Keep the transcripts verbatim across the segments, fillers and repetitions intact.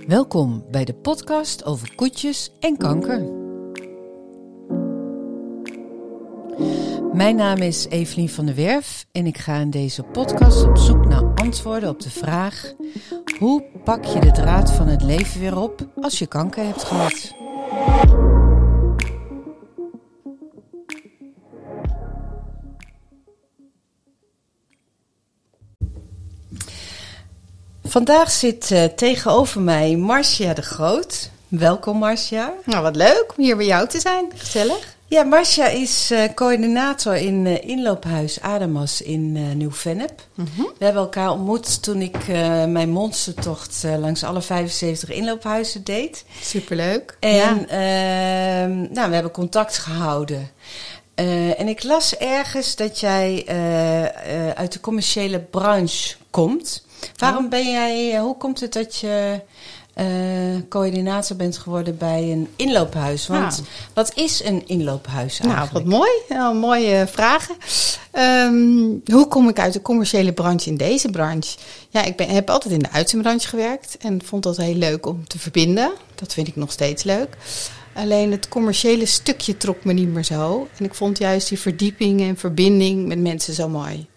Welkom bij de podcast over koetjes en kanker. Mijn naam is Evelien van der Werf en ik ga in deze podcast op zoek naar antwoorden op de vraag: hoe pak je de draad van het leven weer op als je kanker hebt gehad? Vandaag zit uh, tegenover mij Marcia de Groot. Welkom Marcia. Nou, wat leuk om hier bij jou te zijn. Gezellig. Ja, Marcia is uh, coördinator in uh, inloophuis Adamas in uh, Nieuw-Vennep. Mm-hmm. We hebben elkaar ontmoet toen ik uh, mijn monstertocht uh, langs alle vijfenzeventig inloophuizen deed. Superleuk. En ja. uh, nou, we hebben contact gehouden. Uh, en ik las ergens dat jij uh, uh, uit de commerciële branche komt. Waarom ben jij, hoe komt het dat je uh, coördinator bent geworden bij een inloophuis? Want nou, wat is een inloophuis eigenlijk? Nou, wat mooi. Nou, mooie vragen. Um, hoe kom ik uit de commerciële branche in deze branche? Ja, ik ben, heb altijd in de uitzendbranche gewerkt en vond dat heel leuk om te verbinden. Dat vind ik nog steeds leuk. Alleen het commerciële stukje trok me niet meer zo. En ik vond juist die verdieping en verbinding met mensen zo mooi.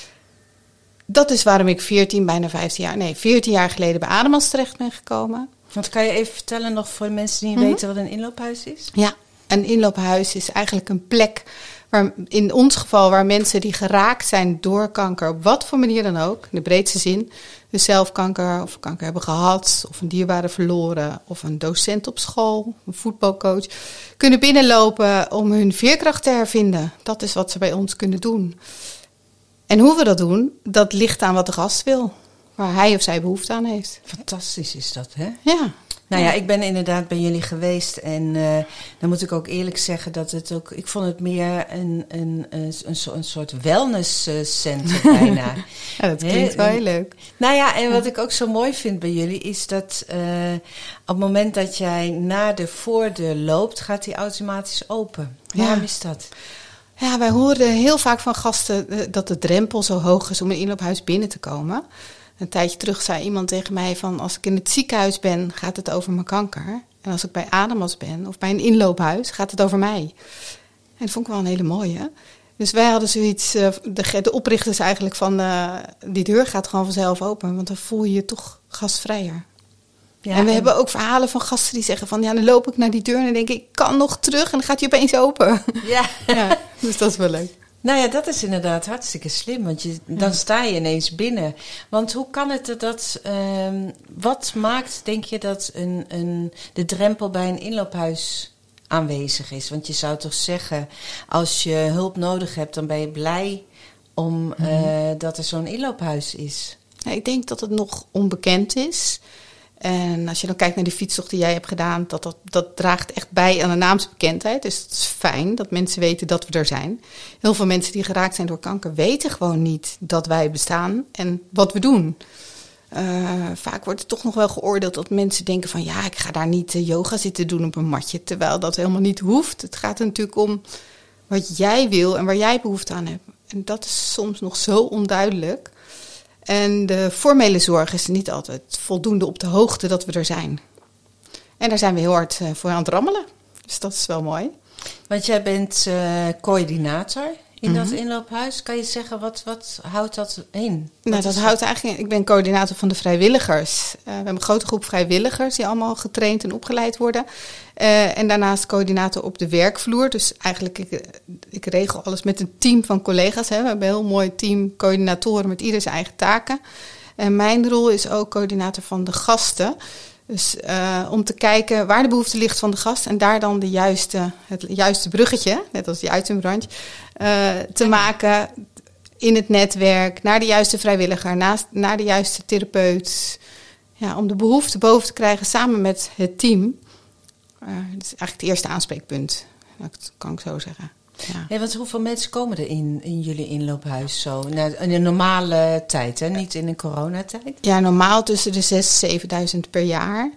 Dat is waarom ik veertien, bijna vijftien jaar, nee, veertien jaar geleden bij Adamas terecht ben gekomen. Want kan je even vertellen nog voor de mensen die niet mm-hmm. weten wat een inloophuis is? Ja, een inloophuis is eigenlijk een plek waar, in ons geval, waar mensen die geraakt zijn door kanker, op wat voor manier dan ook, in de breedste zin, dus zelf kanker of kanker hebben gehad, of een dierbare verloren, of een docent op school, een voetbalcoach, kunnen binnenlopen om hun veerkracht te hervinden. Dat is wat ze bij ons kunnen doen. En hoe we dat doen, dat ligt aan wat de gast wil. Waar hij of zij behoefte aan heeft. Fantastisch is dat, hè? Ja. Nou ja, ik ben inderdaad bij jullie geweest. En uh, dan moet ik ook eerlijk zeggen dat het ook... Ik vond het meer een, een, een, een, een soort wellnesscentrum bijna. Ja, dat klinkt wel heel leuk. Nou ja, en wat ik ook zo mooi vind bij jullie is dat uh, op het moment dat jij naar de voordeur loopt, gaat die automatisch open. Waarom ja. is dat? Ja, wij horen heel vaak van gasten dat de drempel zo hoog is om een inloophuis binnen te komen. Een tijdje terug zei iemand tegen mij van, als ik in het ziekenhuis ben, gaat het over mijn kanker. En als ik bij Adamas ben of bij een inloophuis, gaat het over mij. En dat vond ik wel een hele mooie. Dus wij hadden zoiets, de, de oprichters eigenlijk van, uh, die deur gaat gewoon vanzelf open. Want dan voel je je toch gastvrijer. Ja, en we en... hebben ook verhalen van gasten die zeggen van, ja, dan loop ik naar die deur en dan denk ik, ik kan nog terug en dan gaat hij opeens open. Ja. Ja, dus dat is wel leuk. Nou ja, dat is inderdaad hartstikke slim, want je, dan sta je ineens binnen. Want hoe kan het dat, um, wat maakt, denk je, dat een, een, de drempel bij een inloophuis aanwezig is? Want je zou toch zeggen, als je hulp nodig hebt, dan ben je blij om mm. uh, dat er zo'n inloophuis is. Ja, ik denk dat het nog onbekend is. En als je dan kijkt naar die fietstocht die jij hebt gedaan, dat, dat, dat draagt echt bij aan de naamsbekendheid. Dus het is fijn dat mensen weten dat we er zijn. Heel veel mensen die geraakt zijn door kanker weten gewoon niet dat wij bestaan en wat we doen. Uh, vaak wordt het toch nog wel geoordeeld dat mensen denken van, ja, ik ga daar niet yoga zitten doen op een matje. Terwijl dat helemaal niet hoeft. Het gaat er natuurlijk om wat jij wil en waar jij behoefte aan hebt. En dat is soms nog zo onduidelijk. En de formele zorg is niet altijd voldoende op de hoogte dat we er zijn. En daar zijn we heel hard voor aan het rammelen. Dus dat is wel mooi. Want jij bent uh, coördinator in mm-hmm. dat inloophuis. Kan je zeggen, wat, wat houdt dat in? Wat nou, dat houdt eigenlijk in. Ik ben coördinator van de vrijwilligers. Uh, we hebben een grote groep vrijwilligers die allemaal getraind en opgeleid worden. Uh, en daarnaast coördinator op de werkvloer. Dus eigenlijk, ik, ik regel alles met een team van collega's. Hè. We hebben een heel mooi team coördinatoren met ieder zijn eigen taken. En mijn rol is ook coördinator van de gasten. Dus uh, om te kijken waar de behoefte ligt van de gast en daar dan de juiste, het juiste bruggetje, net als die uitzendbranche, uh, te maken in het netwerk, naar de juiste vrijwilliger, naast, naar de juiste therapeut. Ja, om de behoefte boven te krijgen samen met het team. Uh, dat is eigenlijk het eerste aanspreekpunt, dat kan ik zo zeggen. Ja. Hey, want hoeveel mensen komen er in, in jullie inloophuis zo? Nou, in een normale tijd, hè? Niet in een coronatijd? Ja, normaal tussen de zes en zevenduizend per jaar.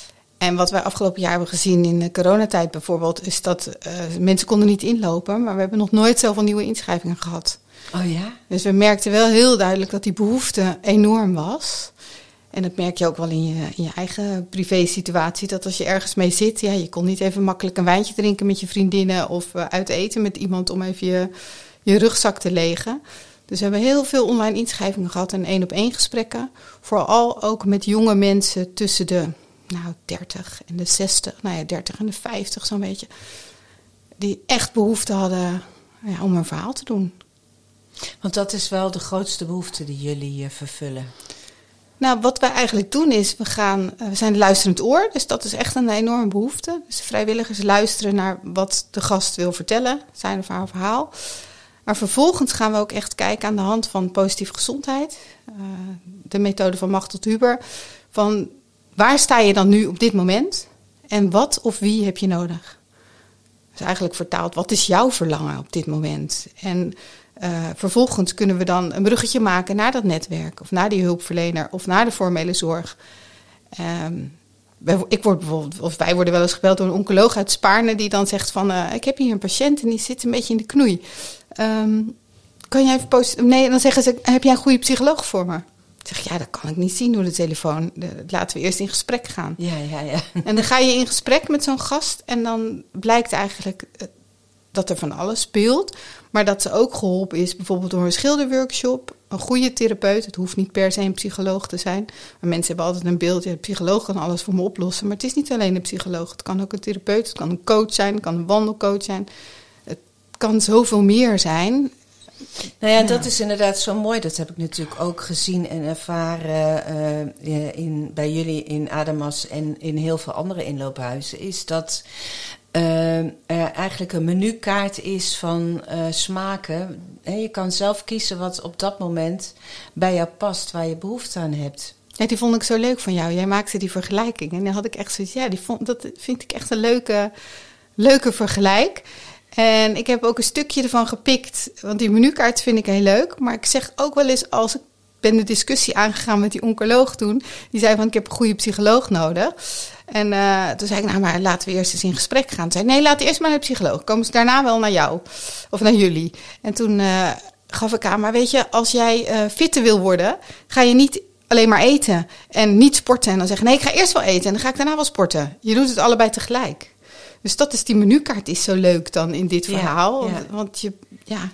En wat wij afgelopen jaar hebben gezien in de coronatijd bijvoorbeeld, is dat uh, mensen konden niet inlopen, maar we hebben nog nooit zoveel nieuwe inschrijvingen gehad. Oh ja? Dus we merkten wel heel duidelijk dat die behoefte enorm was. En dat merk je ook wel in je, in je eigen privé-situatie. Dat als je ergens mee zit, ja, je kon niet even makkelijk een wijntje drinken met je vriendinnen of uh, uit eten met iemand om even je, je rugzak te legen. Dus we hebben heel veel online inschrijvingen gehad en één-op-één gesprekken. Vooral ook met jonge mensen tussen de nou, dertig en de zestig, nou ja, dertig en de vijftig zo'n beetje. Die echt behoefte hadden ja, om een verhaal te doen. Want dat is wel de grootste behoefte die jullie uh, vervullen. Nou, wat wij eigenlijk doen is, we, gaan, uh, we zijn luisterend oor. Dus dat is echt een enorme behoefte. Dus de vrijwilligers luisteren naar wat de gast wil vertellen. Zijn of haar verhaal. Maar vervolgens gaan we ook echt kijken aan de hand van positieve gezondheid. Uh, de methode van Machteld Huber. Van waar sta je dan nu op dit moment? En wat of wie heb je nodig? Dus eigenlijk vertaald, wat is jouw verlangen op dit moment? En uh, vervolgens kunnen we dan een bruggetje maken naar dat netwerk. Of naar die hulpverlener. Of naar de formele zorg. Um, ik word bijvoorbeeld, of wij worden wel eens gebeld door een oncoloog uit Spaarne. Die dan zegt van, uh, ik heb hier een patiënt en die zit een beetje in de knoei. Um, kan jij even posten? Nee, dan zeggen ze, heb jij een goede psycholoog voor me? Ik zeg, ja, dat kan ik niet zien door de telefoon. De, laten we eerst in gesprek gaan. Ja, ja, ja. En dan ga je in gesprek met zo'n gast. En dan blijkt eigenlijk uh, dat er van alles speelt. Maar dat ze ook geholpen is bijvoorbeeld door een schilderworkshop. Een goede therapeut. Het hoeft niet per se een psycholoog te zijn. Maar mensen hebben altijd een beeld. Ja, de psycholoog kan alles voor me oplossen. Maar het is niet alleen een psycholoog. Het kan ook een therapeut. Het kan een coach zijn. Het kan een wandelcoach zijn. Het kan zoveel meer zijn. Nou ja, ja, dat is inderdaad zo mooi. Dat heb ik natuurlijk ook gezien en ervaren uh, in, bij jullie in Adamas en in heel veel andere inloophuizen. Is dat uh, er eigenlijk een menukaart is van uh, smaken. He, je kan zelf kiezen wat op dat moment bij jou past, waar je behoefte aan hebt. Ja, die vond ik zo leuk van jou. Jij maakte die vergelijking. En dan had ik echt zoiets, ja, die vond, dat vind ik echt een leuke, leuke vergelijk. En ik heb ook een stukje ervan gepikt, want die menukaart vind ik heel leuk. Maar ik zeg ook wel eens, als ik ben de discussie aangegaan met die oncoloog toen. Die zei van, ik heb een goede psycholoog nodig. En uh, toen zei ik, nou maar laten we eerst eens in gesprek gaan. Toen zei nee, laat eerst maar naar de psycholoog. Komen ze daarna wel naar jou of naar jullie. En toen uh, gaf ik aan, maar weet je, als jij uh, fitter wil worden, ga je niet alleen maar eten en niet sporten. En dan zeggen, nee, ik ga eerst wel eten en dan ga ik daarna wel sporten. Je doet het allebei tegelijk. Dus dat is die menukaart is zo leuk dan in dit verhaal. Ja, ja. Want je, ja,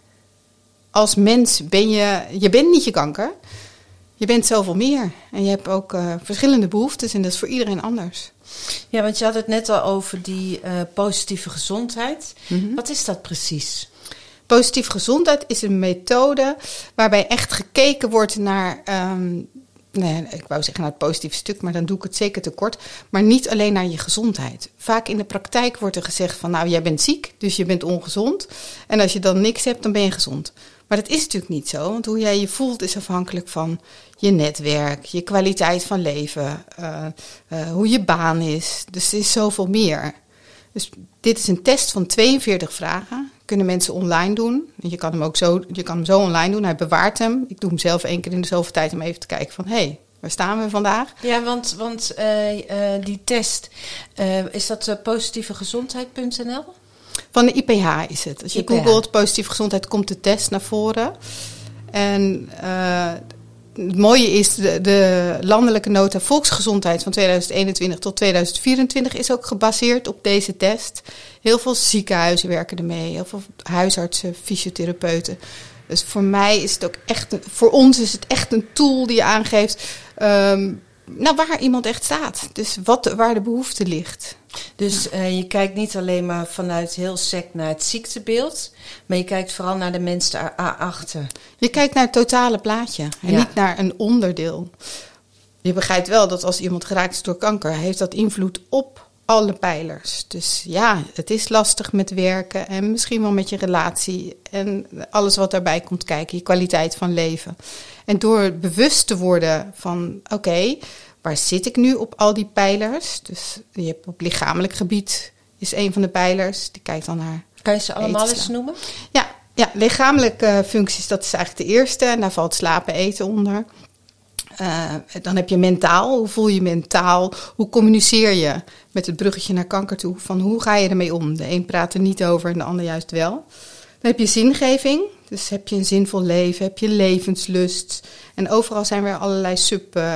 als mens ben je, je bent niet je kanker. Je bent zoveel meer. En je hebt ook uh, verschillende behoeftes en dat is voor iedereen anders. Ja, want je had het net al over die uh, positieve gezondheid. Mm-hmm. Wat is dat precies? Positieve gezondheid is een methode waarbij echt gekeken wordt naar... Um, Nee, ik wou zeggen naar het positieve stuk, maar dan doe ik het zeker tekort. Maar niet alleen naar je gezondheid. Vaak in de praktijk wordt er gezegd van, nou, jij bent ziek, dus je bent ongezond. En als je dan niks hebt, dan ben je gezond. Maar dat is natuurlijk niet zo, want hoe jij je voelt is afhankelijk van je netwerk, je kwaliteit van leven, uh, uh, hoe je baan is. Dus er is zoveel meer. Dus dit is een test van tweeënveertig vragen. Kunnen mensen online doen. Je kan hem ook zo, je kan hem zo online doen. Hij bewaart hem. Ik doe hem zelf één keer in de zoveel tijd om even te kijken van, hé, hey, waar staan we vandaag? Ja, want, want uh, uh, die test, uh, is dat uh, positievegezondheid punt n l? Van de I P H is het. Als je I P H. googelt positieve gezondheid, komt de test naar voren. En uh, het mooie is, de, de landelijke nota volksgezondheid van tweeduizend eenentwintig tot tweeduizend vierentwintig is ook gebaseerd op deze test. Heel veel ziekenhuizen werken ermee, heel veel huisartsen, fysiotherapeuten. Dus voor mij is het ook echt, een, voor ons is het echt een tool die aangeeft um, nou, waar iemand echt staat. Dus wat, waar de behoefte ligt. Dus uh, je kijkt niet alleen maar vanuit heel sec naar het ziektebeeld, maar je kijkt vooral naar de mensen daarachter. Je kijkt naar het totale plaatje en ja. niet naar een onderdeel. Je begrijpt wel dat als iemand geraakt is door kanker, heeft dat invloed op alle pijlers. Dus ja, het is lastig met werken en misschien wel met je relatie en alles wat daarbij komt kijken, je kwaliteit van leven. En door bewust te worden van oké, okay, waar zit ik nu op al die pijlers? Dus je hebt op lichamelijk gebied is een van de pijlers. Die kijkt dan naar. Kan je ze allemaal eens noemen? Ja, ja, lichamelijke functies, dat is eigenlijk de eerste. En daar valt slapen, eten onder. Uh, dan heb je mentaal. Hoe voel je mentaal? Hoe communiceer je met het bruggetje naar kanker toe? Van hoe ga je ermee om? De een praat er niet over en de ander juist wel. Dan heb je zingeving. Dus heb je een zinvol leven? Heb je levenslust? En overal zijn weer allerlei sub... Uh,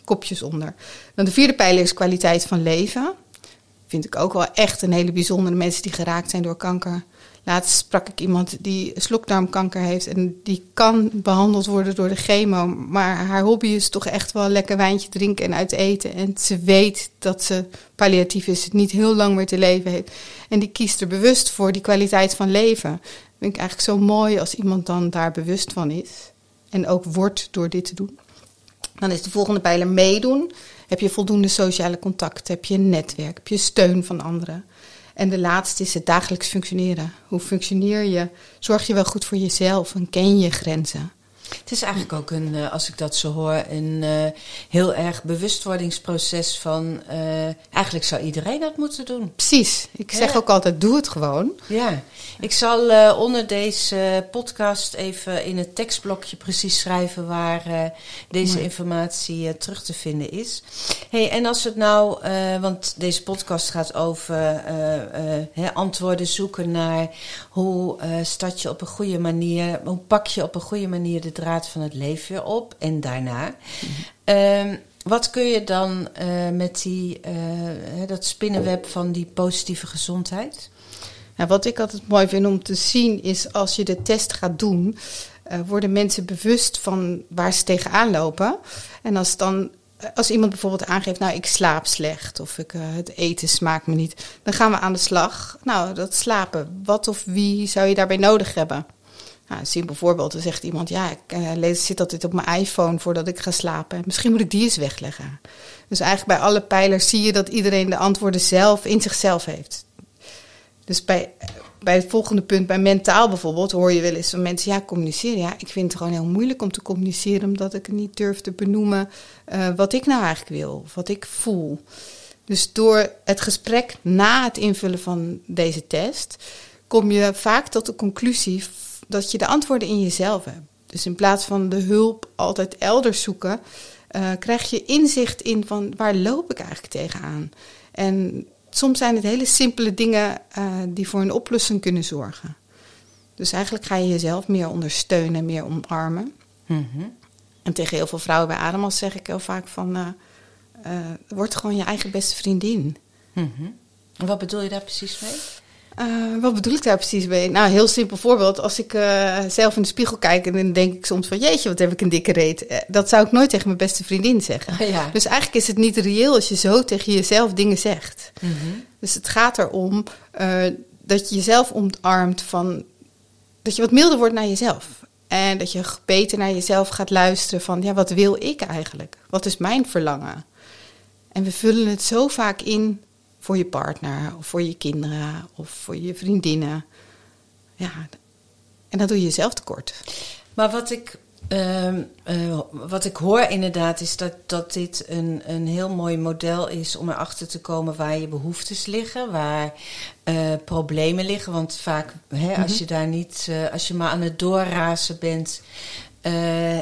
kopjes onder. Dan de vierde pijler is kwaliteit van leven. Vind ik ook wel echt een hele bijzondere mensen die geraakt zijn door kanker. Laatst sprak ik iemand die slokdarmkanker heeft en die kan behandeld worden door de chemo. Maar haar hobby is toch echt wel lekker wijntje drinken en uit eten. En ze weet dat ze palliatief is, het niet heel lang meer te leven heeft. En die kiest er bewust voor, die kwaliteit van leven. Dat vind ik eigenlijk zo mooi als iemand dan daar bewust van is. En ook wordt door dit te doen. Dan is de volgende pijler meedoen. Heb je voldoende sociale contact? Heb je een netwerk? Heb je steun van anderen? En de laatste is het dagelijks functioneren. Hoe functioneer je? Zorg je wel goed voor jezelf en ken je grenzen? Het is eigenlijk ook een, als ik dat zo hoor, een uh, heel erg bewustwordingsproces van... Uh, eigenlijk zou iedereen dat moeten doen. Precies. Ik zeg ja. ook altijd, doe het gewoon. Ja. Ik zal uh, onder deze podcast even in het tekstblokje precies schrijven waar uh, deze Mooi. informatie uh, terug te vinden is. Hey, en als het nou, uh, want deze podcast gaat over uh, uh, he, antwoorden zoeken naar hoe uh, start je op een goede manier, hoe pak je op een goede manier de draad van het leven weer op en daarna. Mm-hmm. Um, wat kun je dan uh, met die, uh, dat spinnenweb van die positieve gezondheid? Nou, wat ik altijd mooi vind om te zien is als je de test gaat doen, uh, worden mensen bewust van waar ze tegenaan lopen. En als dan Als iemand bijvoorbeeld aangeeft, nou ik slaap slecht of ik, uh, het eten smaakt me niet, dan gaan we aan de slag. Nou, dat slapen, wat of wie zou je daarbij nodig hebben? Nou, een simpel voorbeeld, dan zegt iemand, ja, ik uh, lees, zit altijd op mijn iPhone voordat ik ga slapen. Misschien moet ik die eens wegleggen. Dus eigenlijk bij alle pijlers zie je dat iedereen de antwoorden zelf in zichzelf heeft. Dus bij, bij het volgende punt, bij mentaal bijvoorbeeld, hoor je wel eens van mensen, ja, communiceren. Ja, ik vind het gewoon heel moeilijk om te communiceren, omdat ik niet durf te benoemen uh, wat ik nou eigenlijk wil, of wat ik voel. Dus door het gesprek na het invullen van deze test, kom je vaak tot de conclusie dat je de antwoorden in jezelf hebt. Dus in plaats van de hulp altijd elders zoeken, uh, krijg je inzicht in van waar loop ik eigenlijk tegenaan. En soms zijn het hele simpele dingen uh, die voor een oplossing kunnen zorgen. Dus eigenlijk ga je jezelf meer ondersteunen, meer omarmen. Mm-hmm. En tegen heel veel vrouwen bij Ademals zeg ik heel vaak van, Uh, uh, word gewoon je eigen beste vriendin. Mm-hmm. En wat bedoel je daar precies mee? Uh, wat bedoel ik daar precies mee? Nou, een heel simpel voorbeeld. Als ik uh, zelf in de spiegel kijk en dan denk ik soms van, jeetje, wat heb ik een dikke reet. Uh, dat zou ik nooit tegen mijn beste vriendin zeggen. Ja. Dus eigenlijk is het niet reëel als je zo tegen jezelf dingen zegt. Mm-hmm. Dus het gaat erom uh, dat je jezelf omarmt van, dat je wat milder wordt naar jezelf. En dat je beter naar jezelf gaat luisteren van, ja, wat wil ik eigenlijk? Wat is mijn verlangen? En we vullen het zo vaak in voor je partner, of voor je kinderen, of voor je vriendinnen. Ja, en dat doe je jezelf tekort. Maar wat ik, uh, uh, wat ik hoor inderdaad is dat, dat dit een, een heel mooi model is om erachter te komen waar je behoeftes liggen, waar uh, problemen liggen. Want vaak, hè, mm-hmm. als je daar niet, uh, als je maar aan het doorrazen bent, Uh, uh,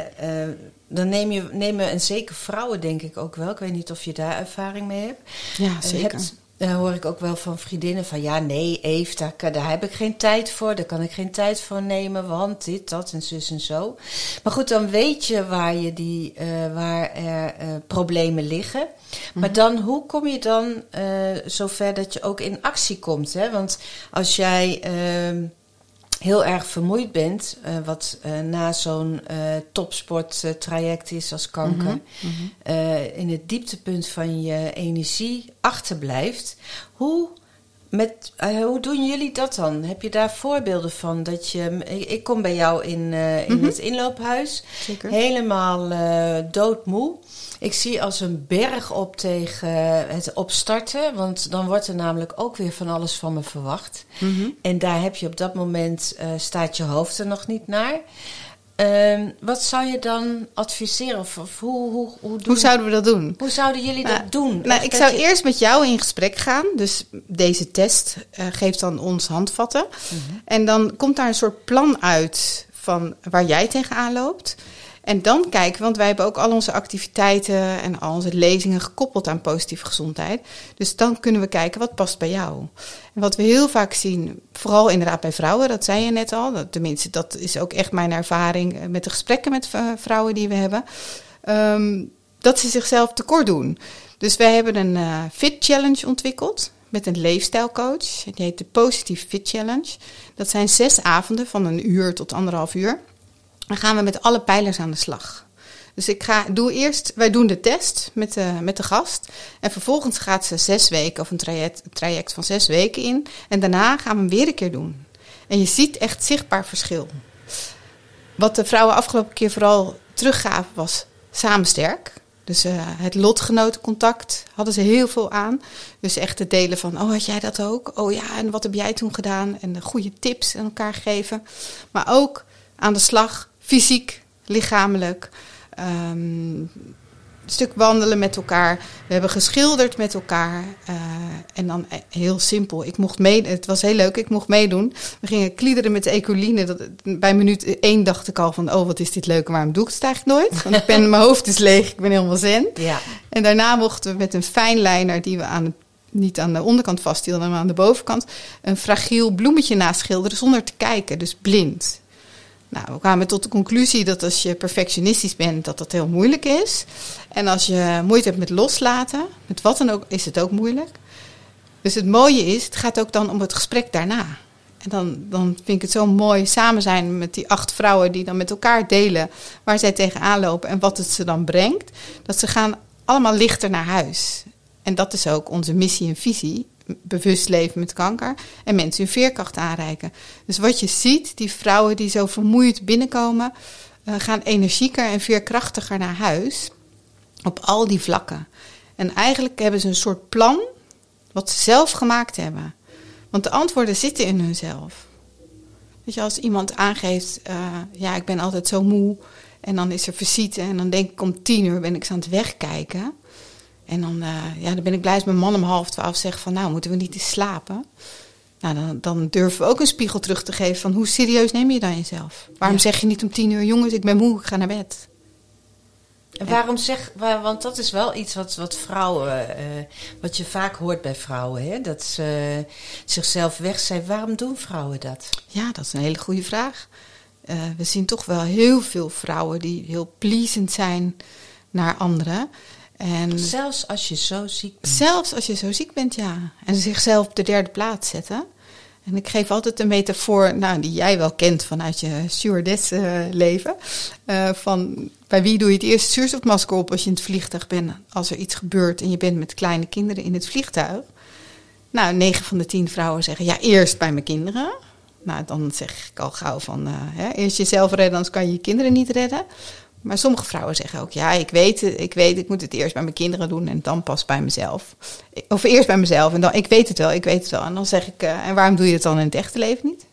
dan neem je, nemen en zeker vrouwen denk ik ook wel. Ik weet niet of je daar ervaring mee hebt. Ja, zeker. Uh, hebt, uh, hoor ik ook wel van vriendinnen van, ja, nee, Eve, daar, daar heb ik geen tijd voor. Daar kan ik geen tijd voor nemen, want dit, dat en zus en zo. Maar goed, dan weet je waar, je die, uh, waar er uh, problemen liggen. Mm-hmm. Maar dan, hoe kom je dan uh, zover dat je ook in actie komt? Hè? Want als jij Uh, heel erg vermoeid bent, uh, wat uh, na zo'n uh, topsporttraject uh, is als kanker, mm-hmm. Mm-hmm. Uh, in het dieptepunt van je energie achterblijft. Hoe, met, uh, hoe doen jullie dat dan? Heb je daar voorbeelden van? Dat je, ik, ik kom bij jou in, uh, in mm-hmm. het inloophuis, Zeker. helemaal uh, doodmoe. Ik zie als een berg op tegen het opstarten. Want dan wordt er namelijk ook weer van alles van me verwacht. Mm-hmm. En daar heb je op dat moment, uh, staat je hoofd er nog niet naar. Uh, wat zou je dan adviseren? Of, of hoe, hoe, hoe, doen, hoe zouden we dat doen? Hoe zouden jullie nou, dat doen? Nou, ik zou je... eerst met jou in gesprek gaan. Dus deze test uh, geeft dan ons handvatten. Mm-hmm. En dan komt daar een soort plan uit van waar jij tegenaan loopt. En dan kijken, want wij hebben ook al onze activiteiten en al onze lezingen gekoppeld aan positieve gezondheid. Dus dan kunnen we kijken, wat past bij jou? En wat we heel vaak zien, vooral inderdaad bij vrouwen, dat zei je net al. Dat, tenminste, dat is ook echt mijn ervaring met de gesprekken met vrouwen die we hebben. Um, dat ze zichzelf tekort doen. Dus wij hebben een uh, Fit Challenge ontwikkeld met een leefstijlcoach. Die heet de Positief Fit Challenge. Dat zijn zes avonden van een uur tot anderhalf uur. Dan gaan we met alle pijlers aan de slag. Dus ik ga, doe eerst, wij doen de test met de, met de gast. En vervolgens gaat ze zes weken of een traject, traject van zes weken in. En daarna gaan we hem weer een keer doen. En je ziet echt zichtbaar verschil. Wat de vrouwen afgelopen keer vooral teruggaven was samen sterk. Dus uh, het lotgenotencontact hadden ze heel veel aan. Dus echt het delen van, oh had jij dat ook? Oh ja, en wat heb jij toen gedaan? En de goede tips aan elkaar geven. Maar ook aan de slag, fysiek, lichamelijk. Um, een stuk wandelen met elkaar. We hebben geschilderd met elkaar. Uh, en dan heel simpel. Ik mocht mee, het was heel leuk, ik mocht meedoen. We gingen kliederen met de Ecoline. Dat, bij minuut één dacht ik al van, oh wat is dit leuk. Waarom doe ik het eigenlijk nooit? Want ik ben, mijn hoofd is leeg, ik ben helemaal zen. Ja. En daarna mochten we met een fijnlijner die we aan het, niet aan de onderkant vasthielden, maar aan de bovenkant, een fragiel bloemetje naschilderen zonder te kijken. Dus blind. Nou, we kwamen tot de conclusie dat als je perfectionistisch bent, dat dat heel moeilijk is. En als je moeite hebt met loslaten, met wat dan ook, is het ook moeilijk. Dus het mooie is, het gaat ook dan om het gesprek daarna. En dan, dan vind ik het zo mooi samen zijn met die acht vrouwen die dan met elkaar delen waar zij tegenaan lopen en wat het ze dan brengt. Dat ze gaan allemaal lichter naar huis. En dat is ook onze missie en visie. Bewust leven met kanker en mensen hun veerkracht aanreiken. Dus wat je ziet, die vrouwen die zo vermoeid binnenkomen, uh, gaan energieker en veerkrachtiger naar huis op al die vlakken. En eigenlijk hebben ze een soort plan wat ze zelf gemaakt hebben. Want de antwoorden zitten in hunzelf. Weet je, als iemand aangeeft, uh, ja, ik ben altijd zo moe en dan is er visite en dan denk ik om tien uur ben ik aan het wegkijken. En dan, uh, ja, dan ben ik blij als mijn man om half twaalf zegt van, nou, moeten we niet eens slapen? Nou, dan, dan durven we ook een spiegel terug te geven van, hoe serieus neem je dan jezelf? Waarom ja. zeg je niet om tien uur, jongens, ik ben moe, ik ga naar bed? En waarom zeg, waar, want dat is wel iets wat, wat vrouwen, uh, wat je vaak hoort bij vrouwen, hè? Dat ze zichzelf wegcijferen. Waarom doen vrouwen dat? Ja, dat is een hele goede vraag. Uh, we zien toch wel heel veel vrouwen die heel pleasend zijn naar anderen. En zelfs als je zo ziek bent. Zelfs als je zo ziek bent, ja. En zichzelf op de derde plaats zetten. En ik geef altijd een metafoor, nou, die jij wel kent vanuit je stewardess-leven. Uh, van bij wie doe je het eerst zuurstofmasker op als je in het vliegtuig bent? Als er iets gebeurt en je bent met kleine kinderen in het vliegtuig. Nou, negen van de tien vrouwen zeggen, ja, eerst bij mijn kinderen. Nou, dan zeg ik al gauw van, uh, hè, eerst jezelf redden, anders kan je je kinderen niet redden. Maar sommige vrouwen zeggen ook, ja, ik weet, ik weet, ik moet het eerst bij mijn kinderen doen en dan pas bij mezelf. Of eerst bij mezelf en dan, ik weet het wel, ik weet het wel. En dan zeg ik, uh, en waarom doe je het dan in het echte leven niet?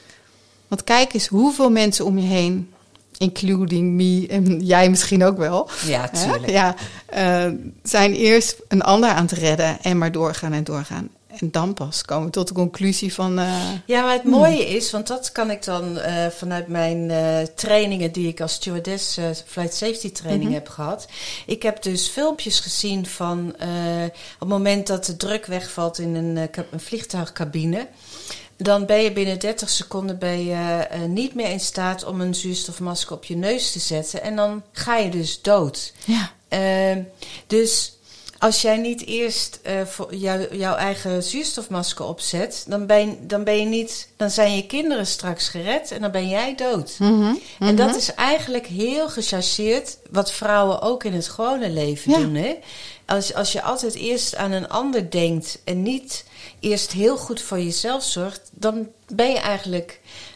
Want kijk eens hoeveel mensen om je heen, including me en jij misschien ook wel. Ja, tuurlijk. Hè? Ja, uh, zijn eerst een ander aan het redden en maar doorgaan en doorgaan. En dan pas komen we tot de conclusie van... Uh, ja, maar het mooie is, want dat kan ik dan uh, vanuit mijn uh, trainingen die ik als stewardess, uh, flight safety training mm-hmm. heb gehad. Ik heb dus filmpjes gezien van uh, op het moment dat de druk wegvalt in een, uh, een vliegtuigcabine. Dan ben je binnen dertig seconden ben je, uh, niet meer in staat om een zuurstofmasker op je neus te zetten. En dan ga je dus dood. Ja. Uh, dus... Als jij niet eerst uh, voor jou, jouw eigen zuurstofmasker opzet, dan ben, je, dan ben je niet, dan zijn je kinderen straks gered en dan ben jij dood. Mm-hmm, mm-hmm. En dat is eigenlijk heel gechargeerd, wat vrouwen ook in het gewone leven ja. doen. Hè? Als, als je altijd eerst aan een ander denkt en niet eerst heel goed voor jezelf zorgt, dan ben je eigenlijk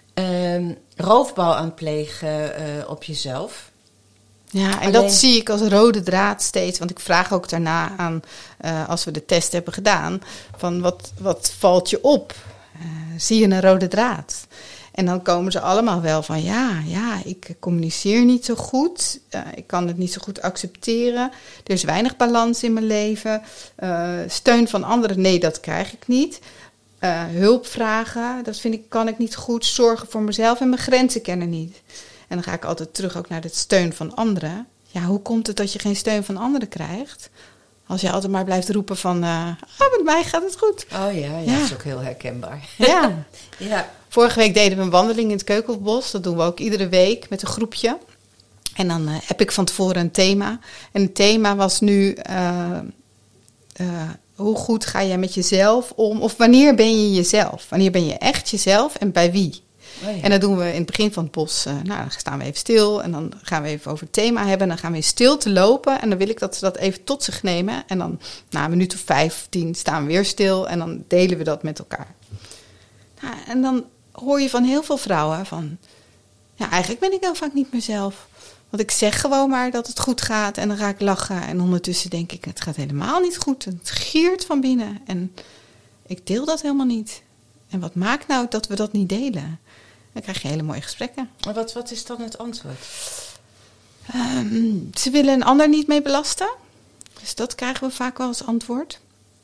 uh, roofbouw aan het plegen uh, op jezelf. Ja, en Alleen... dat zie ik als rode draad steeds. Want ik vraag ook daarna aan, uh, als we de test hebben gedaan, van wat, wat valt je op? Uh, zie je een rode draad? En dan komen ze allemaal wel van, ja, ja, ik communiceer niet zo goed. Uh, ik kan het niet zo goed accepteren. Er is weinig balans in mijn leven. Uh, steun van anderen, nee, dat krijg ik niet. Uh, hulp vragen, dat vind ik, kan ik niet goed. Zorgen voor mezelf en mijn grenzen kennen niet. En dan ga ik altijd terug ook naar de steun van anderen. Ja, hoe komt het dat je geen steun van anderen krijgt? Als je altijd maar blijft roepen van, uh, oh, met mij gaat het goed. Oh ja, ja, ja. Dat is ook heel herkenbaar. Ja. ja. Vorige week deden we een wandeling in het Keukenbos. Dat doen we ook iedere week met een groepje. En dan uh, heb ik van tevoren een thema. En het thema was nu... Uh, uh, hoe goed ga je met jezelf om? Of wanneer ben je jezelf? Wanneer ben je echt jezelf en bij wie? Oh ja. En dat doen we in het begin van het bos. Uh, nou, dan staan we even stil. En dan gaan we even over het thema hebben. Dan gaan we in stilte lopen. En dan wil ik dat ze dat even tot zich nemen. En dan na een minuut of vijf, tien staan we weer stil. En dan delen we dat met elkaar. Nou, en dan hoor je van heel veel vrouwen van... Ja, eigenlijk ben ik heel vaak niet mezelf. Want ik zeg gewoon maar dat het goed gaat. En dan ga ik lachen. En ondertussen denk ik, het gaat helemaal niet goed. Het giert van binnen. En ik deel dat helemaal niet. En wat maakt nou dat we dat niet delen? Dan krijg je hele mooie gesprekken. Maar wat, wat is dan het antwoord? Um, ze willen een ander niet mee belasten. Dus dat krijgen we vaak wel als antwoord.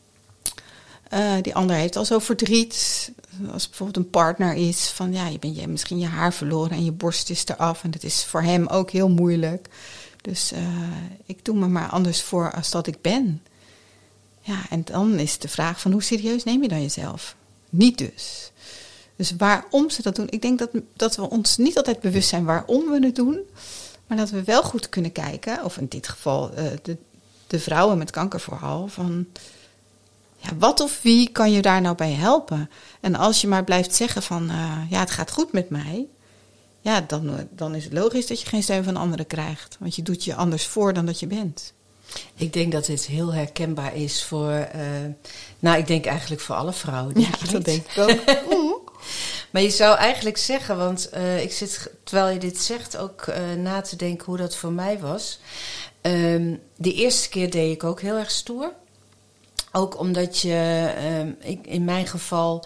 Uh, die ander heeft al zo verdriet. Als bijvoorbeeld een partner is van... ja, je bent je, misschien je haar verloren en je borst is eraf. En dat is voor hem ook heel moeilijk. Dus uh, ik doe me maar anders voor als dat ik ben. Ja, en dan is de vraag van hoe serieus neem je dan jezelf? Niet dus. Dus waarom ze dat doen? Ik denk dat, dat we ons niet altijd bewust zijn waarom we het doen. Maar dat we wel goed kunnen kijken. Of in dit geval uh, de, de vrouwen met kanker vooral. Van ja, wat of wie kan je daar nou bij helpen? En als je maar blijft zeggen van uh, ja, het gaat goed met mij. Ja, dan, dan is het logisch dat je geen steun van anderen krijgt. Want je doet je anders voor dan dat je bent. Ik denk dat dit heel herkenbaar is voor... Uh, nou, ik denk eigenlijk voor alle vrouwen. Denk ja, je dat niet? denk ik ook. Maar je zou eigenlijk zeggen, want uh, ik zit, terwijl je dit zegt, ook uh, na te denken hoe dat voor mij was. Um, de eerste keer deed ik ook heel erg stoer. Ook omdat je, um, ik, in mijn geval...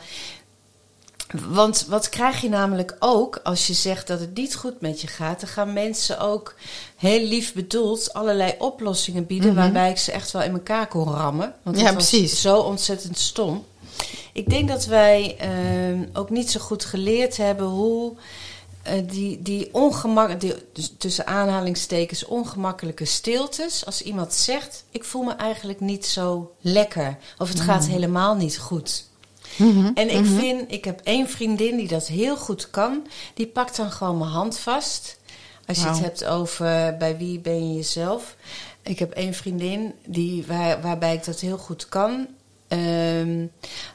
Want wat krijg je namelijk ook als je zegt dat het niet goed met je gaat? Dan gaan mensen ook heel lief bedoeld allerlei oplossingen bieden... Mm-hmm. waarbij ik ze echt wel in elkaar kon rammen. Want ja, het was precies. Zo ontzettend stom. Ik denk dat wij uh, ook niet zo goed geleerd hebben hoe uh, die, die ongemakkelijke, dus tussen aanhalingstekens ongemakkelijke stiltes, als iemand zegt, ik voel me eigenlijk niet zo lekker of het mm. gaat helemaal niet goed. Mm-hmm. En ik mm-hmm. vind, ik heb één vriendin die dat heel goed kan, die pakt dan gewoon mijn hand vast. Als je wow. het hebt over bij wie ben je jezelf. Ik heb één vriendin die, waar, waarbij ik dat heel goed kan. Um,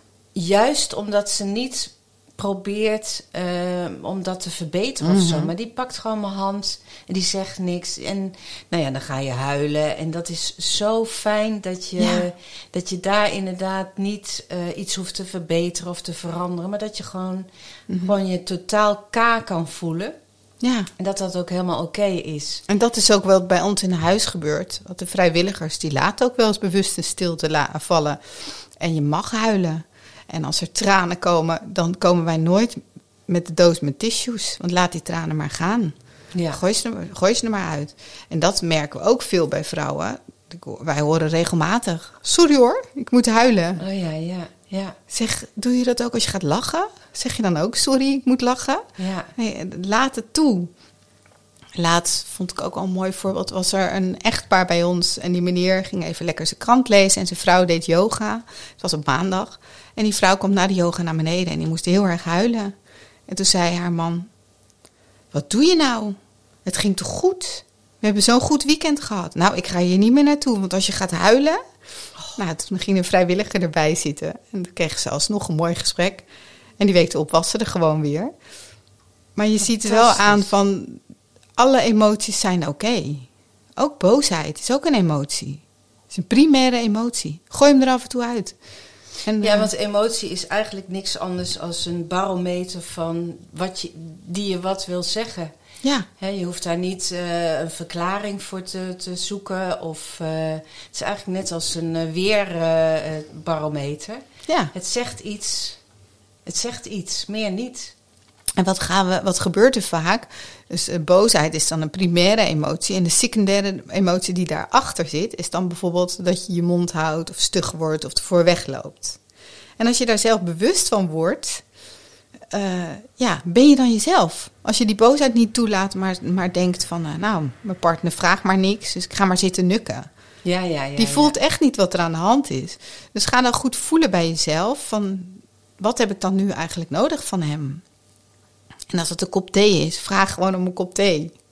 Juist omdat ze niet probeert uh, om dat te verbeteren mm-hmm. of zo. Maar die pakt gewoon mijn hand en die zegt niks. En nou ja, dan ga je huilen. En dat is zo fijn dat je, ja. dat je daar inderdaad niet uh, iets hoeft te verbeteren of te veranderen. Maar dat je gewoon, mm-hmm. gewoon je totaal K kan voelen. Ja. En dat dat ook helemaal oké okay is. En dat is ook wel bij ons in huis gebeurd. Want de vrijwilligers die laten ook wel eens bewust in stilte la- vallen. En je mag huilen. En als er tranen komen, dan komen wij nooit met de doos met tissues. Want laat die tranen maar gaan. Ja. Gooi ze er, gooi ze er maar uit. En dat merken we ook veel bij vrouwen. Wij horen regelmatig, sorry hoor, ik moet huilen. Oh ja, ja, ja. Zeg, doe je dat ook als je gaat lachen? Zeg je dan ook, sorry, ik moet lachen? Ja. Nee, laat het toe. Laatst vond ik ook al een mooi voorbeeld. Was er een echtpaar bij ons. En die meneer ging even lekker zijn krant lezen. En zijn vrouw deed yoga. Het was op maandag. En die vrouw kwam na de yoga naar beneden. En die moest heel erg huilen. En toen zei haar man: wat doe je nou? Het ging toch goed? We hebben zo'n goed weekend gehad. Nou, ik ga hier niet meer naartoe. Want als je gaat huilen... Oh. Nou, toen ging een vrijwilliger erbij zitten. En toen kregen ze alsnog een mooi gesprek. En die week erop was ze er gewoon weer. Maar je ziet wel aan van... alle emoties zijn oké. Okay. Ook boosheid is ook een emotie. Het is een primaire emotie. Gooi hem er af en toe uit. En, ja, want emotie is eigenlijk niks anders dan een barometer van wat je, die je wat wil zeggen. Ja. He, je hoeft daar niet uh, een verklaring voor te, te zoeken. Of, uh, het is eigenlijk net als een uh, weerbarometer. Uh, ja. Het zegt iets. Het zegt iets, meer niet. En wat, gaan we, wat gebeurt er vaak? Dus uh, boosheid is dan een primaire emotie. En de secundaire emotie die daarachter zit... is dan bijvoorbeeld dat je je mond houdt... of stug wordt of ervoor wegloopt. En als je daar zelf bewust van wordt... Uh, ja, ben je dan jezelf? Als je die boosheid niet toelaat... maar, maar denkt van... Uh, nou, mijn partner vraagt maar niks... dus ik ga maar zitten nukken. Ja, ja, ja, die voelt ja. echt niet wat er aan de hand is. Dus ga dan goed voelen bij jezelf... van wat heb ik dan nu eigenlijk nodig van hem... En als het een kop thee is, vraag gewoon om een kop thee.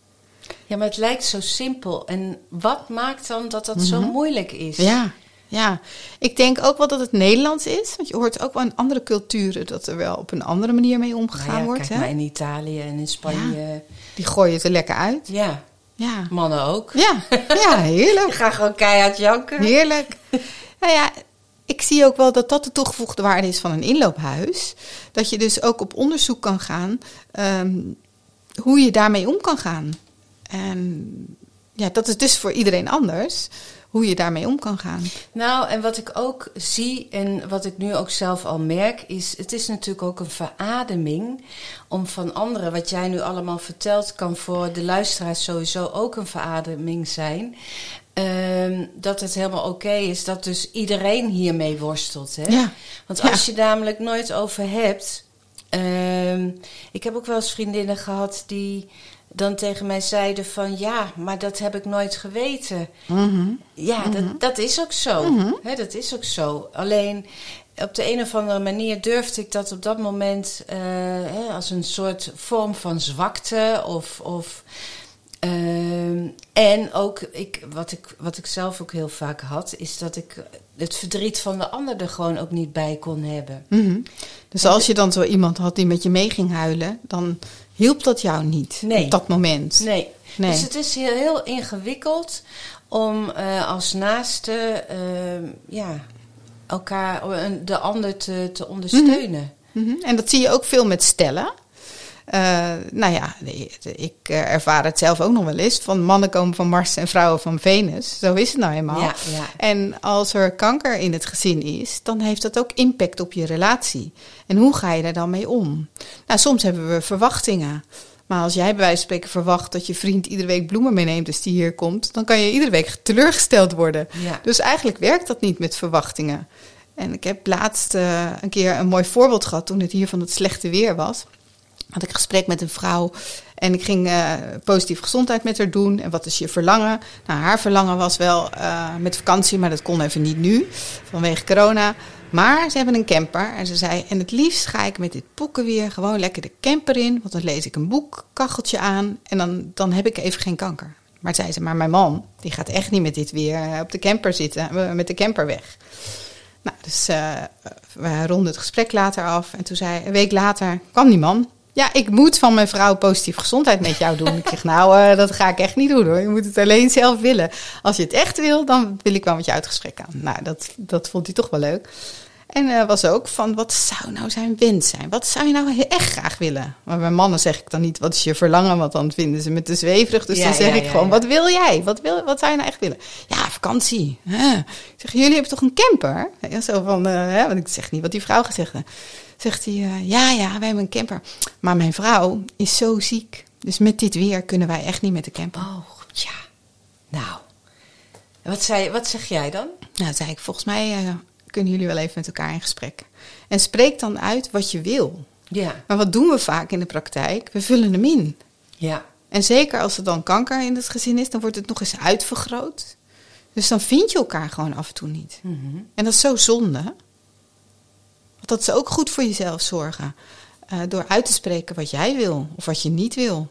Ja, maar het lijkt zo simpel. En wat maakt dan dat dat mm-hmm. zo moeilijk is? Ja, ja, ik denk ook wel dat het Nederlands is. Want je hoort ook wel in andere culturen dat er wel op een andere manier mee omgegaan nou ja, wordt. Kijk hè? maar in Italië en in Spanje. Ja, die gooien het er lekker uit. Ja, ja. Mannen ook. Ja, ja, heerlijk. Je gaat gewoon keihard janken. Heerlijk. Nou ja, ik zie ook wel dat dat de toegevoegde waarde is van een inloophuis. Dat je dus ook op onderzoek kan gaan um, hoe je daarmee om kan gaan. En ja, dat is dus voor iedereen anders, hoe je daarmee om kan gaan. Nou, en wat ik ook zie en wat ik nu ook zelf al merk, is het is natuurlijk ook een verademing om van anderen, wat jij nu allemaal vertelt, kan voor de luisteraars sowieso ook een verademing zijn. Um, dat het helemaal oké okay is dat dus iedereen hiermee worstelt. Hè? Ja. Want als ja. je namelijk nooit over hebt. Um, ik heb ook wel eens vriendinnen gehad die dan tegen mij zeiden van ja, maar dat heb ik nooit geweten. Mm-hmm. Ja, mm-hmm. dat, dat is ook zo. Mm-hmm. Hè, dat is ook zo. Alleen op de een of andere manier durfde ik dat op dat moment uh, hè, als een soort vorm van zwakte of... of Uh, en ook, ik, wat, ik, wat ik zelf ook heel vaak had, is dat ik het verdriet van de ander er gewoon ook niet bij kon hebben. Mm-hmm. Dus als je dan zo iemand had die met je mee ging huilen, dan hielp dat jou niet nee. op dat moment. Nee. nee. Dus het is heel, heel ingewikkeld om uh, als naaste uh, ja, elkaar, de ander te, te ondersteunen. Mm-hmm. En dat zie je ook veel met stellen. Uh, nou ja, ik uh, ervaar het zelf ook nog wel eens. Van mannen komen van Mars en vrouwen van Venus. Zo is het nou eenmaal. Ja, ja. En als er kanker in het gezin is, dan heeft dat ook impact op je relatie. En hoe ga je daar dan mee om? Nou, soms hebben we verwachtingen. Maar als jij bij wijze van spreken verwacht dat je vriend iedere week bloemen meeneemt als die hier komt, dan kan je iedere week teleurgesteld worden. Ja. Dus eigenlijk werkt dat niet met verwachtingen. En ik heb laatst uh, een keer een mooi voorbeeld gehad toen het hier van het slechte weer was. Had ik een gesprek met een vrouw en ik ging uh, positieve gezondheid met haar doen. En wat is je verlangen? Nou, haar verlangen was wel uh, met vakantie, maar dat kon even niet nu, vanwege corona. Maar ze hebben een camper en ze zei, en het liefst ga ik met dit pokkenweer gewoon lekker de camper in. Want dan lees ik een boek, kacheltje aan en dan, dan heb ik even geen kanker. Maar zei ze, maar mijn man, die gaat echt niet met dit weer op de camper zitten, met de camper weg. Nou, dus uh, we ronden het gesprek later af en toen zei, een week later kwam die man. Ja, ik moet van mijn vrouw positieve gezondheid met jou doen. Ik zeg, nou, uh, dat ga ik echt niet doen hoor. Je moet het alleen zelf willen. Als je het echt wil, dan wil ik wel met je uit gesprek aan. Nou, dat, dat vond hij toch wel leuk. En uh, was ook van, wat zou nou zijn wens zijn? Wat zou je nou echt graag willen? Maar bij mannen zeg ik dan niet, wat is je verlangen? Want dan vinden ze me te zweverig. Dus ja, dan zeg ja, ik ja, gewoon, ja. wat wil jij? Wat, wil, wat zou je nou echt willen? Ja, vakantie. Huh. Ik zeg, jullie hebben toch een camper? Ja, zo van, uh, hè, want ik zeg niet wat die vrouw gezegd heeft. Zegt hij, uh, ja, ja, wij hebben een camper. Maar mijn vrouw is zo ziek. Dus met dit weer kunnen wij echt niet met de camper. Oh, ja. Nou, wat, zei, wat zeg jij dan? Nou, zei ik, volgens mij uh, kunnen jullie wel even met elkaar in gesprek. En spreek dan uit wat je wil. Ja. Maar wat doen we vaak in de praktijk? We vullen hem in. Ja. En zeker als er dan kanker in het gezin is, dan wordt het nog eens uitvergroot. Dus dan vind je elkaar gewoon af en toe niet. Mm-hmm. En dat is zo zonde. Want dat is ook goed voor jezelf zorgen. Uh, door uit te spreken wat jij wil of wat je niet wil.